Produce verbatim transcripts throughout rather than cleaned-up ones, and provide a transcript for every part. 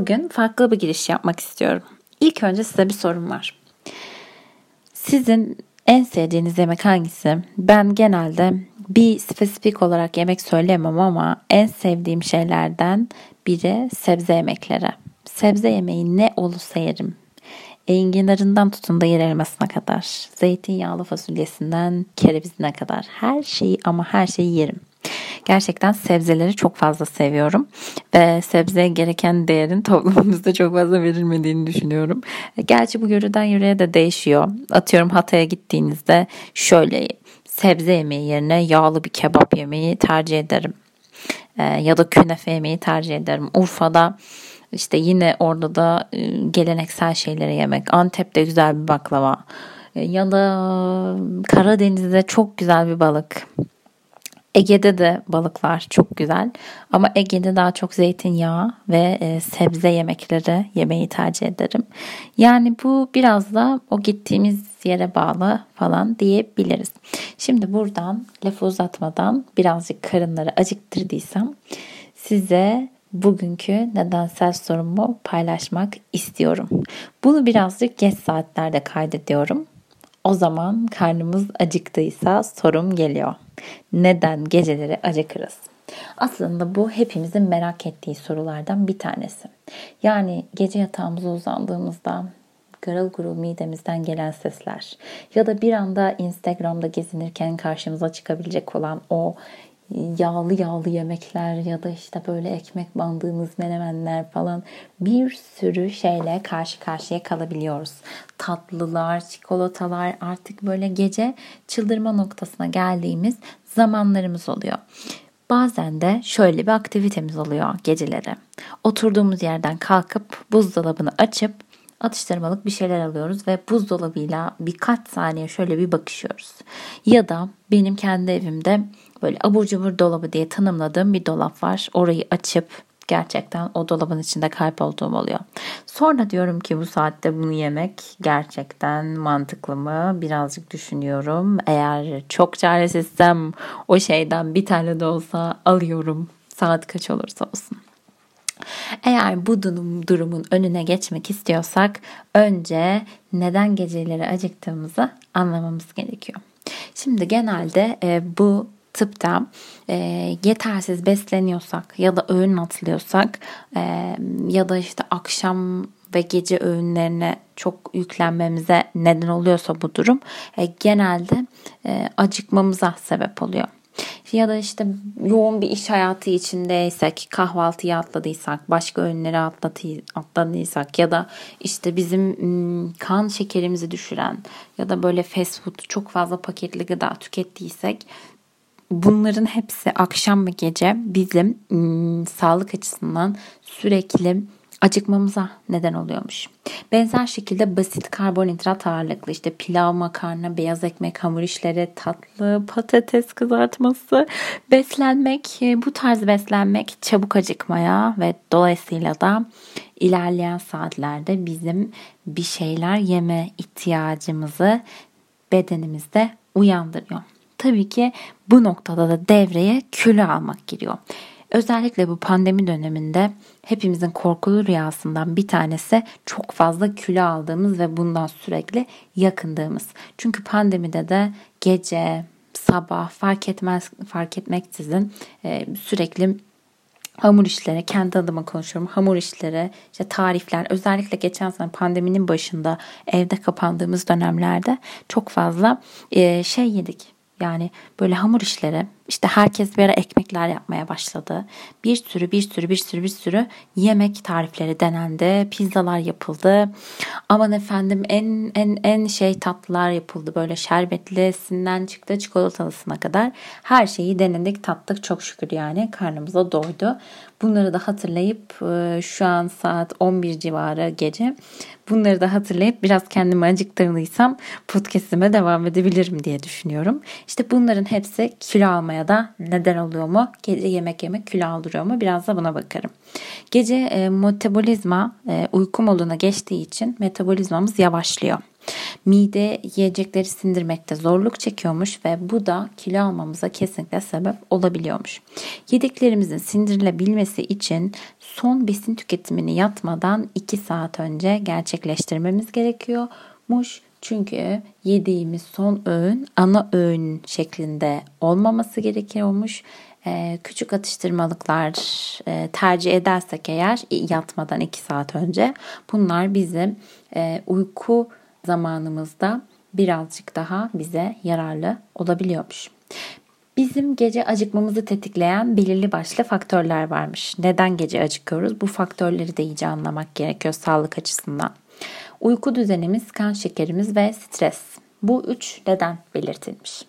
bugün farklı bir giriş yapmak istiyorum. İlk önce size bir sorum var. Sizin en sevdiğiniz yemek hangisi? Ben genelde bir spesifik olarak yemek söyleyemem ama en sevdiğim şeylerden biri sebze yemekleri. Sebze yemeği ne olursa yerim. Enginarından tutun da yer elmasına kadar, zeytinyağlı fasulyesinden kerevizine kadar her şeyi ama her şeyi yerim. Gerçekten sebzeleri çok fazla seviyorum ve sebzeye gereken değerin toplumumuzda çok fazla verilmediğini düşünüyorum. Gerçi bu yöreden yöreye de değişiyor. Atıyorum Hatay'a gittiğinizde şöyle sebze yemeği yerine yağlı bir kebap yemeği tercih ederim. Ee, ya da künefe yemeği tercih ederim. Urfa'da işte yine orada da geleneksel şeyleri yemek. Antep'te güzel bir baklava. Ya da Karadeniz'de çok güzel bir balık. Ege'de de balıklar çok güzel ama Ege'de daha çok zeytinyağı ve e, sebze yemekleri yemeyi tercih ederim. Yani bu biraz da o gittiğimiz yere bağlı falan diyebiliriz. Şimdi buradan lafı uzatmadan birazcık karınları acıktırdıysam size bugünkü nedensel sorumu paylaşmak istiyorum. Bunu birazcık geç saatlerde kaydediyorum. O zaman karnımız acıktıysa sorum geliyor. Neden geceleri acıkırız? Aslında bu hepimizin merak ettiği sorulardan bir tanesi. Yani gece yatağımıza uzandığımızda garıl gurul midemizden gelen sesler ya da bir anda Instagram'da gezinirken karşımıza çıkabilecek olan o yağlı yağlı yemekler ya da işte böyle ekmek bandığımız menemenler falan bir sürü şeyle karşı karşıya kalabiliyoruz. Tatlılar, çikolatalar artık böyle gece çıldırma noktasına geldiğimiz zamanlarımız oluyor. Bazen de şöyle bir aktivitemiz oluyor geceleri. Oturduğumuz yerden kalkıp buzdolabını açıp atıştırmalık bir şeyler alıyoruz ve buzdolabıyla birkaç saniye şöyle bir bakışıyoruz. Ya da benim kendi evimde böyle abur cubur dolabı diye tanımladığım bir dolap var. Orayı açıp gerçekten o dolabın içinde kaybolduğum oluyor. Sonra diyorum ki bu saatte bunu yemek gerçekten mantıklı mı? Birazcık düşünüyorum. Eğer çok çaresizsem o şeyden bir tane de olsa alıyorum. Saat kaç olursa olsun. Eğer bu durum, durumun önüne geçmek istiyorsak önce neden geceleri acıktığımızı anlamamız gerekiyor. Şimdi genelde e, bu tıpta e, yetersiz besleniyorsak ya da öğün atlıyorsak e, ya da işte akşam ve gece öğünlerine çok yüklenmemize neden oluyorsa bu durum e, genelde e, acıkmamıza sebep oluyor. Ya da işte yoğun bir iş hayatı içindeysek, kahvaltıyı atladıysak, başka öğünleri atladıysak ya da işte bizim kan şekerimizi düşüren ya da böyle fast food çok fazla paketli gıda tükettiysek bunların hepsi akşam ve gece bizim ım, sağlık açısından sürekli acıkmamıza neden oluyormuş. Benzer şekilde basit karbonhidrat ağırlıklı işte pilav, makarna, beyaz ekmek, hamur işleri, tatlı, patates kızartması beslenmek, bu tarz beslenmek çabuk acıkmaya ve dolayısıyla da ilerleyen saatlerde bizim bir şeyler yeme ihtiyacımızı bedenimizde uyandırıyor. Tabii ki bu noktada da devreye kilo almak giriyor. Özellikle bu pandemi döneminde hepimizin korkulu rüyasından bir tanesi çok fazla kilo aldığımız ve bundan sürekli yakındığımız. Çünkü pandemide de gece, sabah fark etmez fark etmeksizin sürekli hamur işleri, kendi adıma konuşuyorum. Hamur işleri, işte tarifler, özellikle geçen sene pandeminin başında evde kapandığımız dönemlerde çok fazla şey yedik. Yani böyle hamur işleri, işte herkes bir ara ekmekler yapmaya başladı. Bir sürü bir sürü bir sürü bir sürü yemek tarifleri denendi. Pizzalar yapıldı. Aman efendim en en en şey tatlılar yapıldı. Böyle şerbetlisinden çıktı çikolatalısına kadar. Her şeyi denedik, tattık çok şükür yani. Karnımıza doydu. Bunları da hatırlayıp şu an saat on bir civarı gece. Bunları da hatırlayıp biraz kendimi acıktırdıysam podcast'ime devam edebilirim diye düşünüyorum. İşte bunların hepsi kilo almaya da neden oluyor mu? Gece yemek yemek kilo aldırıyor mu? Biraz da buna bakarım. Gece e, metabolizma e, uyku moduna geçtiği için metabolizmamız yavaşlıyor. Mide yiyecekleri sindirmekte zorluk çekiyormuş ve bu da kilo almamıza kesinlikle sebep olabiliyormuş. Yediklerimizin sindirilebilmesi için son besin tüketimini yatmadan iki saat önce gerçekleştirmemiz gerekiyormuş. Çünkü yediğimiz son öğün ana öğün şeklinde olmaması gerekiyormuş. Ee, küçük atıştırmalıklar e, tercih edersek eğer yatmadan iki saat önce bunlar bizim e, uyku zamanımızda birazcık daha bize yararlı olabiliyormuş. Bizim gece acıkmamızı tetikleyen belirli başlı faktörler varmış. Neden gece acıkıyoruz? Bu faktörleri de iyice anlamak gerekiyor sağlık açısından. Uyku düzenimiz, kan şekerimiz ve stres. Bu üç neden belirtilmiş.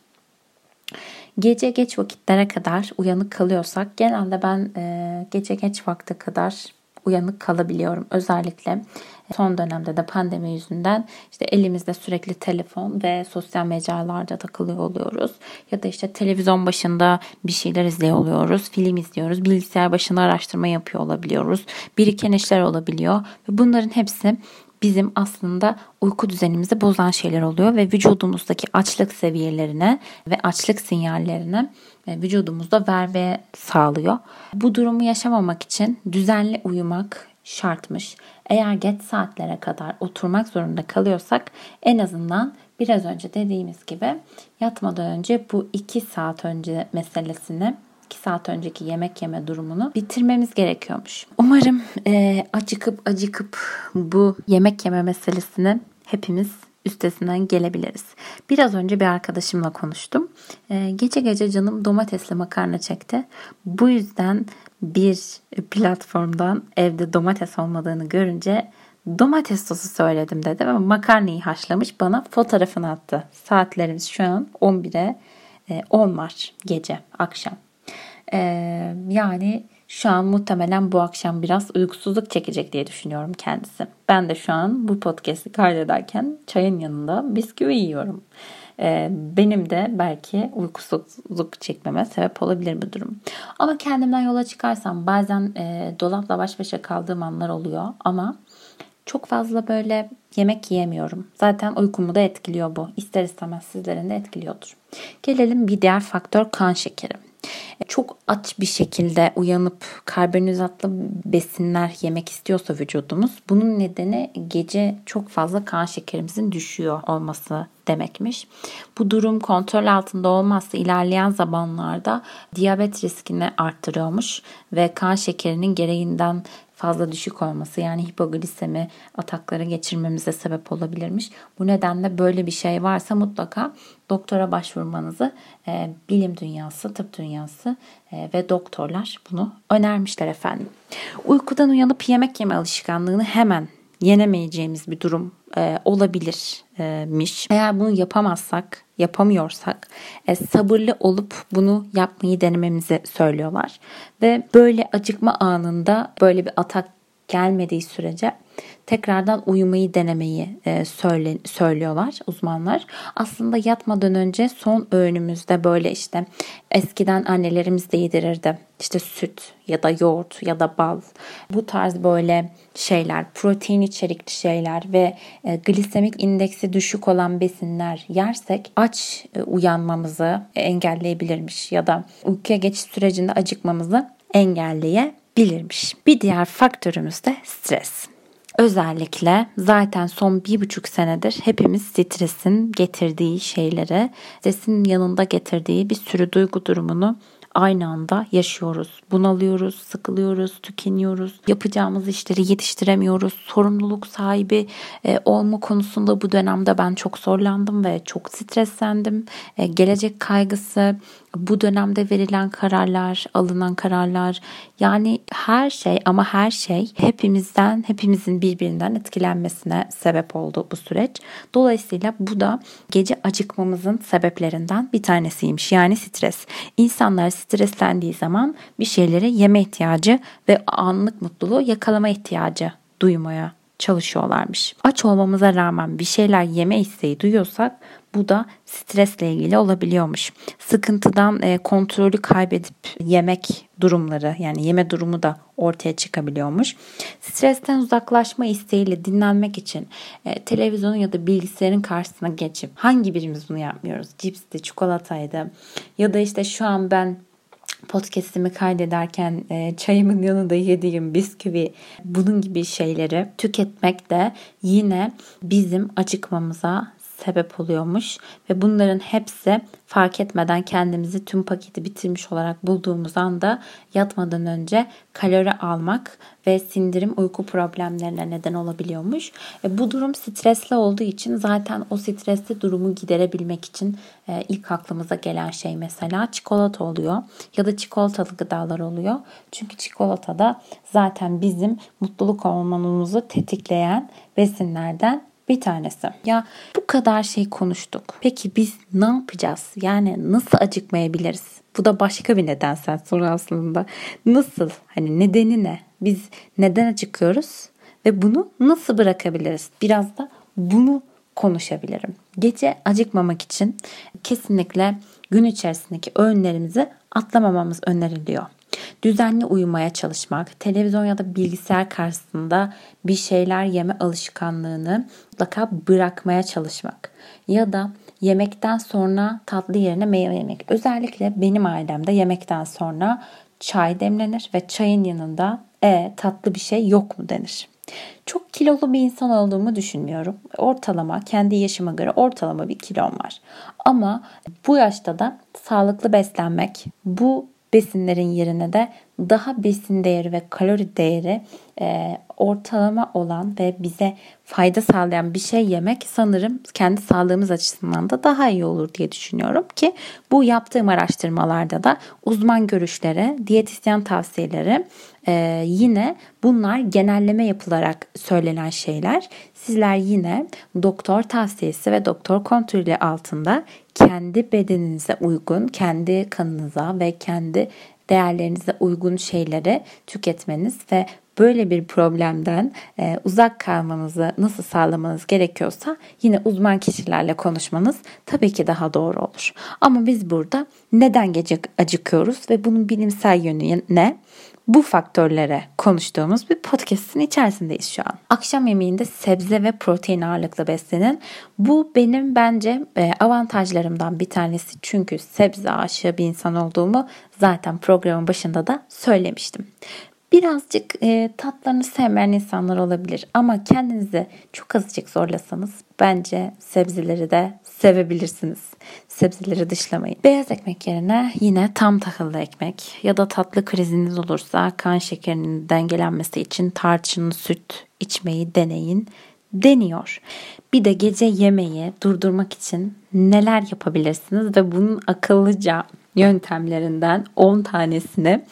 Gece geç vakitlere kadar uyanık kalıyorsak, genelde ben e, gece geç vakte kadar uyanık kalabiliyorum. Özellikle son dönemde de pandemi yüzünden işte elimizde sürekli telefon ve sosyal mecralarda takılıyor oluyoruz. Ya da işte televizyon başında bir şeyler izliyor oluyoruz, film izliyoruz, bilgisayar başında araştırma yapıyor olabiliyoruz. Biriken işler olabiliyor ve bunların hepsi bizim aslında uyku düzenimizi bozan şeyler oluyor ve vücudumuzdaki açlık seviyelerine ve açlık sinyallerine vücudumuzda vermeye sağlıyor. Bu durumu yaşamamak için düzenli uyumak şartmış. Eğer geç saatlere kadar oturmak zorunda kalıyorsak en azından biraz önce dediğimiz gibi yatmadan önce bu iki saat önce meselesini, iki saat önceki yemek yeme durumunu bitirmemiz gerekiyormuş. Umarım e, acıkıp acıkıp bu yemek yeme meselesini hepimiz üstesinden gelebiliriz. Biraz önce bir arkadaşımla konuştum. E, gece gece canım domatesli makarna çekti. Bu yüzden bir platformdan evde domates olmadığını görünce domates sosu söyledim dedi ve makarnayı haşlamış bana fotoğrafını attı. Saatlerimiz şu an on bire on var gece, akşam. Ee, yani şu an muhtemelen bu akşam biraz uykusuzluk çekecek diye düşünüyorum kendisi. Ben de şu an bu podcast'i kaydederken çayın yanında bisküvi yiyorum. Ee, benim de belki uykusuzluk çekmeme sebep olabilir bu durum. Ama kendimden yola çıkarsam bazen e, dolapla baş başa kaldığım anlar oluyor ama çok fazla böyle yemek yiyemiyorum. Zaten uykumu da etkiliyor bu. İster istemez sizlerin de etkiliyordur. Gelelim bir diğer faktör, kan şekeri. Çok aç bir şekilde uyanıp karbonhidratlı besinler yemek istiyorsa vücudumuz, bunun nedeni gece çok fazla kan şekerimizin düşüyor olması demekmiş. Bu durum kontrol altında olmazsa ilerleyen zamanlarda diyabet riskini arttırıyormuş ve kan şekerinin gereğinden fazla düşük olması, yani hipoglisemi atakları geçirmemize sebep olabilirmiş. Bu nedenle böyle bir şey varsa mutlaka doktora başvurmanızı e, bilim dünyası, tıp dünyası e, ve doktorlar bunu önermişler efendim. Uykudan uyanıp yemek yeme alışkanlığını hemen yenemeyeceğimiz bir durum e, olabilirmiş. Eğer bunu yapamazsak, yapamıyorsak e, sabırlı olup bunu yapmayı denememizi söylüyorlar. Ve böyle acıkma anında böyle bir atak gelmediği sürece tekrardan uyumayı denemeyi e, söyle, söylüyorlar uzmanlar. Aslında yatmadan önce son öğünümüzde böyle işte eskiden annelerimiz de yedirirdi. İşte süt ya da yoğurt ya da bal, bu tarz böyle şeyler, protein içerikli şeyler ve e, glisemik indeksi düşük olan besinler yersek aç e, uyanmamızı engelleyebilirmiş ya da uykuya geçiş sürecinde acıkmamızı engelleyebilirmiş. Bir diğer faktörümüz de stres. Özellikle zaten son bir buçuk senedir hepimiz stresin getirdiği şeyleri, stresin yanında getirdiği bir sürü duygu durumunu aynı anda yaşıyoruz. Bunalıyoruz, sıkılıyoruz, tükeniyoruz. Yapacağımız işleri yetiştiremiyoruz. Sorumluluk sahibi e, olma konusunda bu dönemde ben çok zorlandım ve çok streslendim. E, gelecek kaygısı, bu dönemde verilen kararlar, alınan kararlar, yani her şey ama her şey hepimizden, hepimizin birbirinden etkilenmesine sebep oldu bu süreç. Dolayısıyla bu da gece acıkmamızın sebeplerinden bir tanesiymiş. Yani stres. İnsanlar streslendiği zaman bir şeyleri yeme ihtiyacı ve anlık mutluluğu yakalama ihtiyacı duymaya çalışıyorlarmış. Aç olmamıza rağmen bir şeyler yeme isteği duyuyorsak bu da stresle ilgili olabiliyormuş. Sıkıntıdan e, kontrolü kaybedip yemek durumları, yani yeme durumu da ortaya çıkabiliyormuş. Stresten uzaklaşma isteğiyle dinlenmek için e, televizyonun ya da bilgisayarın karşısına geçip, hangi birimiz bunu yapmıyoruz? Cipsti, çikolataydı ya da işte şu an ben podcast'imi kaydederken e, çayımın yanında yediğim bisküvi, bunun gibi şeyleri tüketmek de yine bizim acıkmamıza sebep oluyormuş ve bunların hepsi fark etmeden kendimizi tüm paketi bitirmiş olarak bulduğumuz anda yatmadan önce kalori almak ve sindirim, uyku problemlerine neden olabiliyormuş. E, bu durum stresli olduğu için zaten o stresli durumu giderebilmek için e, ilk aklımıza gelen şey mesela çikolata oluyor ya da çikolatalı gıdalar oluyor. Çünkü çikolata da zaten bizim mutluluk hormonumuzu tetikleyen besinlerden bir tanesi. Ya bu kadar şey konuştuk. Peki biz ne yapacağız? Yani nasıl acıkmayabiliriz? Bu da başka bir nedensel soru aslında. Nasıl? Hani nedeni ne? Biz neden acıkıyoruz? Ve bunu nasıl bırakabiliriz? Biraz da bunu konuşabilirim. Gece acıkmamak için kesinlikle gün içerisindeki öğünlerimizi atlamamamız öneriliyor. Düzenli uyumaya çalışmak, televizyon ya da bilgisayar karşısında bir şeyler yeme alışkanlığını mutlaka bırakmaya çalışmak ya da yemekten sonra tatlı yerine meyve yemek. Özellikle benim ailemde yemekten sonra çay demlenir ve çayın yanında e tatlı bir şey yok mu denir. Çok kilolu bir insan olduğumu düşünmüyorum. Ortalama, kendi yaşıma göre ortalama bir kilom var. Ama bu yaşta da sağlıklı beslenmek, bu besinlerin yerine de daha besin değeri ve kalori değeri e, ortalama olan ve bize fayda sağlayan bir şey yemek sanırım kendi sağlığımız açısından da daha iyi olur diye düşünüyorum ki bu yaptığım araştırmalarda da uzman görüşleri, diyetisyen tavsiyeleri e, yine bunlar genelleme yapılarak söylenen şeyler. Sizler yine doktor tavsiyesi ve doktor kontrolü altında kendi bedeninize uygun, kendi kanınıza ve kendi değerlerinize uygun şeyleri tüketmeniz ve böyle bir problemden e, uzak kalmanızı nasıl sağlamanız gerekiyorsa yine uzman kişilerle konuşmanız tabii ki daha doğru olur. Ama biz burada neden gece acıkıyoruz ve bunun bilimsel yönü ne? Bu faktörlere konuştuğumuz bir podcast'in içerisindeyiz şu an. Akşam yemeğinde sebze ve protein ağırlıklı beslenin. Bu benim bence avantajlarımdan bir tanesi. Çünkü sebze aşığı bir insan olduğumu zaten programın başında da söylemiştim. Birazcık e, tatlarını sevmeyen insanlar olabilir ama kendinizi çok azıcık zorlasanız bence sebzeleri de sevebilirsiniz. Sebzeleri dışlamayın. Beyaz ekmek yerine yine tam tahıllı ekmek ya da tatlı kriziniz olursa kan şekerinin dengelenmesi için tarçınlı süt içmeyi deneyin deniyor. Bir de gece yemeği durdurmak için neler yapabilirsiniz ve bunun akıllıca yöntemlerinden on tanesini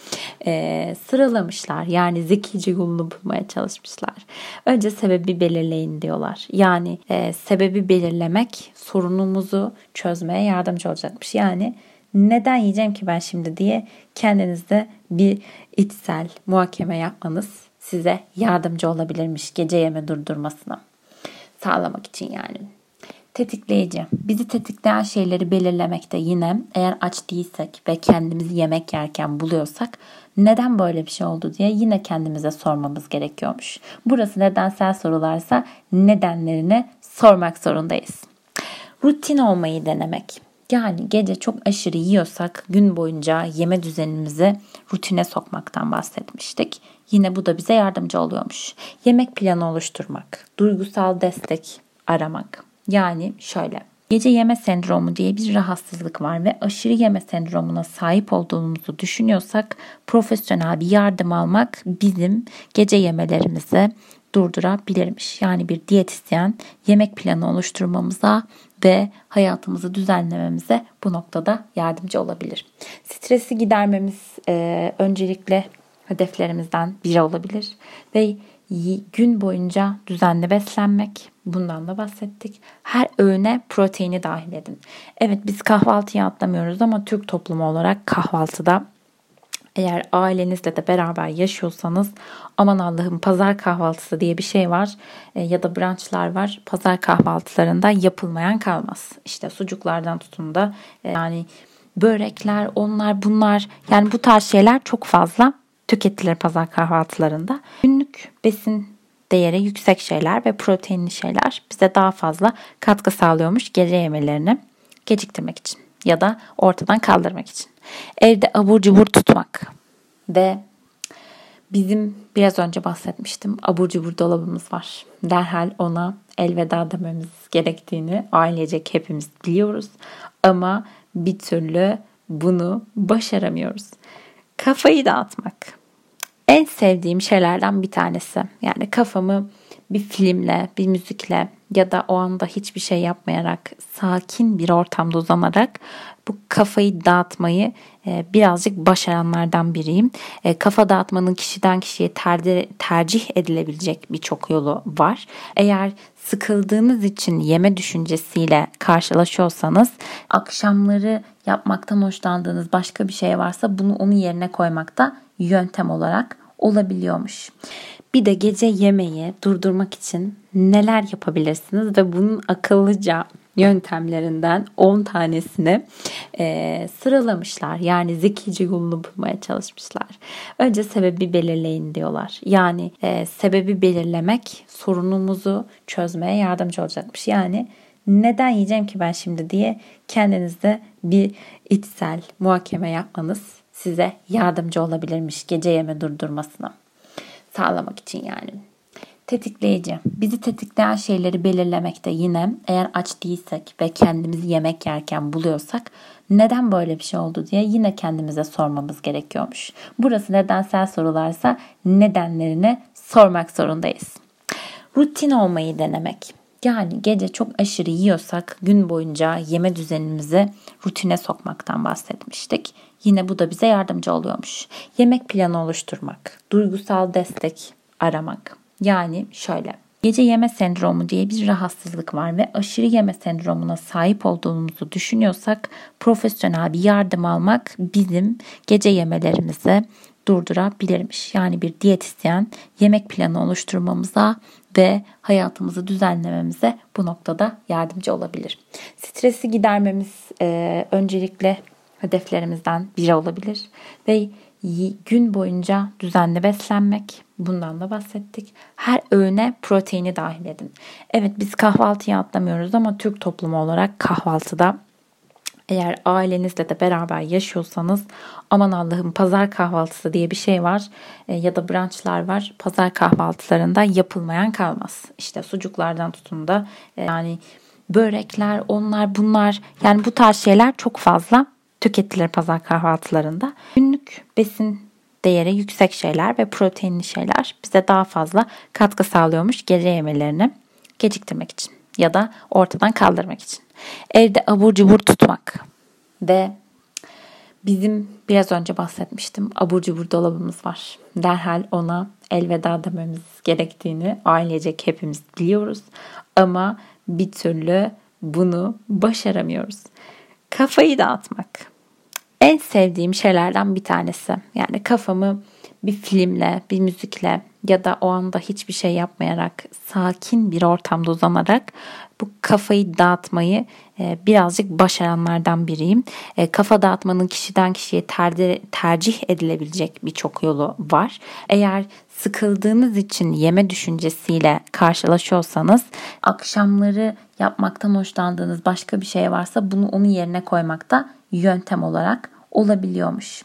e, sıralamışlar. Yani zekice yolunu bulmaya çalışmışlar. Önce sebebi belirleyin diyorlar. Yani e, sebebi belirlemek sorunumuzu çözmeye yardımcı olacakmış. Yani neden yiyeceğim ki ben şimdi diye kendinizde bir içsel muhakeme yapmanız size yardımcı olabilirmiş gece yeme durdurmasına sağlamak için yani. Tetikleyici. Bizi tetikleyen şeyleri belirlemekte yine eğer aç değilsek ve kendimizi yemek yerken buluyorsak neden böyle bir şey oldu diye yine kendimize sormamız gerekiyormuş. Burası nedensel sorularsa nedenlerini sormak zorundayız. Rutin olmayı denemek. Yani gece çok aşırı yiyorsak gün boyunca yeme düzenimizi rutine sokmaktan bahsetmiştik. Yine bu da bize yardımcı oluyormuş. Yemek planı oluşturmak, duygusal destek aramak. Yani şöyle, gece yeme sendromu diye bir rahatsızlık var ve aşırı yeme sendromuna sahip olduğumuzu düşünüyorsak profesyonel bir yardım almak bizim gece yemelerimizi durdurabilirmiş. Yani bir diyetisyen yemek planı oluşturmamıza ve hayatımızı düzenlememize bu noktada yardımcı olabilir. Stresi gidermemiz e, öncelikle hedeflerimizden biri olabilir ve gün boyunca düzenli beslenmek, bundan da bahsettik. Her öğüne proteini dahil edin. Evet biz kahvaltıyı atlamıyoruz ama Türk toplumu olarak kahvaltıda Eğer ailenizle de beraber yaşıyorsanız aman Allah'ım pazar kahvaltısı diye bir şey var e, ya da brunchlar var. Pazar kahvaltılarında yapılmayan kalmaz. İşte sucuklardan tutun da e, yani börekler, onlar bunlar, yani bu tarz şeyler çok fazla tüketilir pazar kahvaltılarında. Günlük besin değeri yüksek şeyler ve proteinli şeyler bize daha fazla katkı sağlıyormuş gece yemelerini geciktirmek için ya da ortadan kaldırmak için. Evde abur cubur tutmak ve bizim biraz önce bahsetmiştim abur cubur dolabımız var. Derhal ona elveda dememiz gerektiğini ailecek hepimiz biliyoruz ama bir türlü bunu başaramıyoruz. Kafayı dağıtmak en sevdiğim şeylerden bir tanesi. Yani kafamı bir filmle, bir müzikle ya da o anda hiçbir şey yapmayarak, sakin bir ortamda uzanarak bu kafayı dağıtmayı e, birazcık başaranlardan biriyim. E, kafa dağıtmanın kişiden kişiye ter- tercih edilebilecek birçok yolu var. Eğer sıkıldığınız için yeme düşüncesiyle karşılaşıyorsanız, akşamları yapmaktan hoşlandığınız başka bir şey varsa bunu onun yerine koymakta yöntem olarak olabiliyormuş. Bir de gece yemeği durdurmak için neler yapabilirsiniz ve bunun akıllıca yöntemlerinden on tanesini e, sıralamışlar. Yani zekice yolunu bulmaya çalışmışlar. Önce sebebi belirleyin diyorlar. Yani e, sebebi belirlemek sorunumuzu çözmeye yardımcı olacakmış. Yani neden yiyeceğim ki ben şimdi diye kendinizde bir içsel muhakeme yapmanız size yardımcı olabilirmiş gece yeme durdurmasına sağlamak için yani. Tetikleyici. Bizi tetikleyen şeyleri belirlemekte yine eğer aç değilsek ve kendimizi yemek yerken buluyorsak neden böyle bir şey oldu diye yine kendimize sormamız gerekiyormuş. Burası nedensel sorularsa nedenlerini sormak zorundayız. Rutin olmayı denemek. Yani gece çok aşırı yiyorsak gün boyunca yeme düzenimizi rutine sokmaktan bahsetmiştik. Yine bu da bize yardımcı oluyormuş. Yemek planı oluşturmak, duygusal destek aramak. Yani şöyle, gece yeme sendromu diye bir rahatsızlık var ve aşırı yeme sendromuna sahip olduğumuzu düşünüyorsak profesyonel bir yardım almak bizim gece yemelerimizi durdurabilirmiş. Yani bir diyetisyen yemek planı oluşturmamıza ve hayatımızı düzenlememize bu noktada yardımcı olabilir. Stresi gidermemiz e, öncelikle hedeflerimizden biri olabilir ve gün boyunca düzenli beslenmek, bundan da bahsettik. Her öğüne proteini dahil edin. Evet, biz kahvaltıyı atlamıyoruz ama Türk toplumu olarak kahvaltıda, eğer ailenizle de beraber yaşıyorsanız aman Allah'ım pazar kahvaltısı diye bir şey var e, ya da brunchlar var. Pazar kahvaltılarında yapılmayan kalmaz. İşte sucuklardan tutun da e, yani börekler, onlar bunlar, yani bu tarz şeyler çok fazla tüketilir pazar kahvaltılarında. Günlük besin değeri yüksek şeyler ve proteinli şeyler bize daha fazla katkı sağlıyormuş gece yemelerini geciktirmek için ya da ortadan kaldırmak için. Evde abur cubur tutmak ve bizim biraz önce bahsetmiştim abur cubur dolabımız var. Derhal ona elveda dememiz gerektiğini ailecek hepimiz biliyoruz ama bir türlü bunu başaramıyoruz. Kafayı dağıtmak en sevdiğim şeylerden bir tanesi. Yani kafamı bir filmle, bir müzikle ya da o anda hiçbir şey yapmayarak, sakin bir ortamda uzanarak bu kafayı dağıtmayı e, birazcık başaranlardan biriyim. E, kafa dağıtmanın kişiden kişiye ter- tercih edilebilecek birçok yolu var. Eğer sıkıldığınız için yeme düşüncesiyle karşılaşıyorsanız, akşamları yapmaktan hoşlandığınız başka bir şey varsa bunu onun yerine koymakta yöntem olarak olabiliyormuş.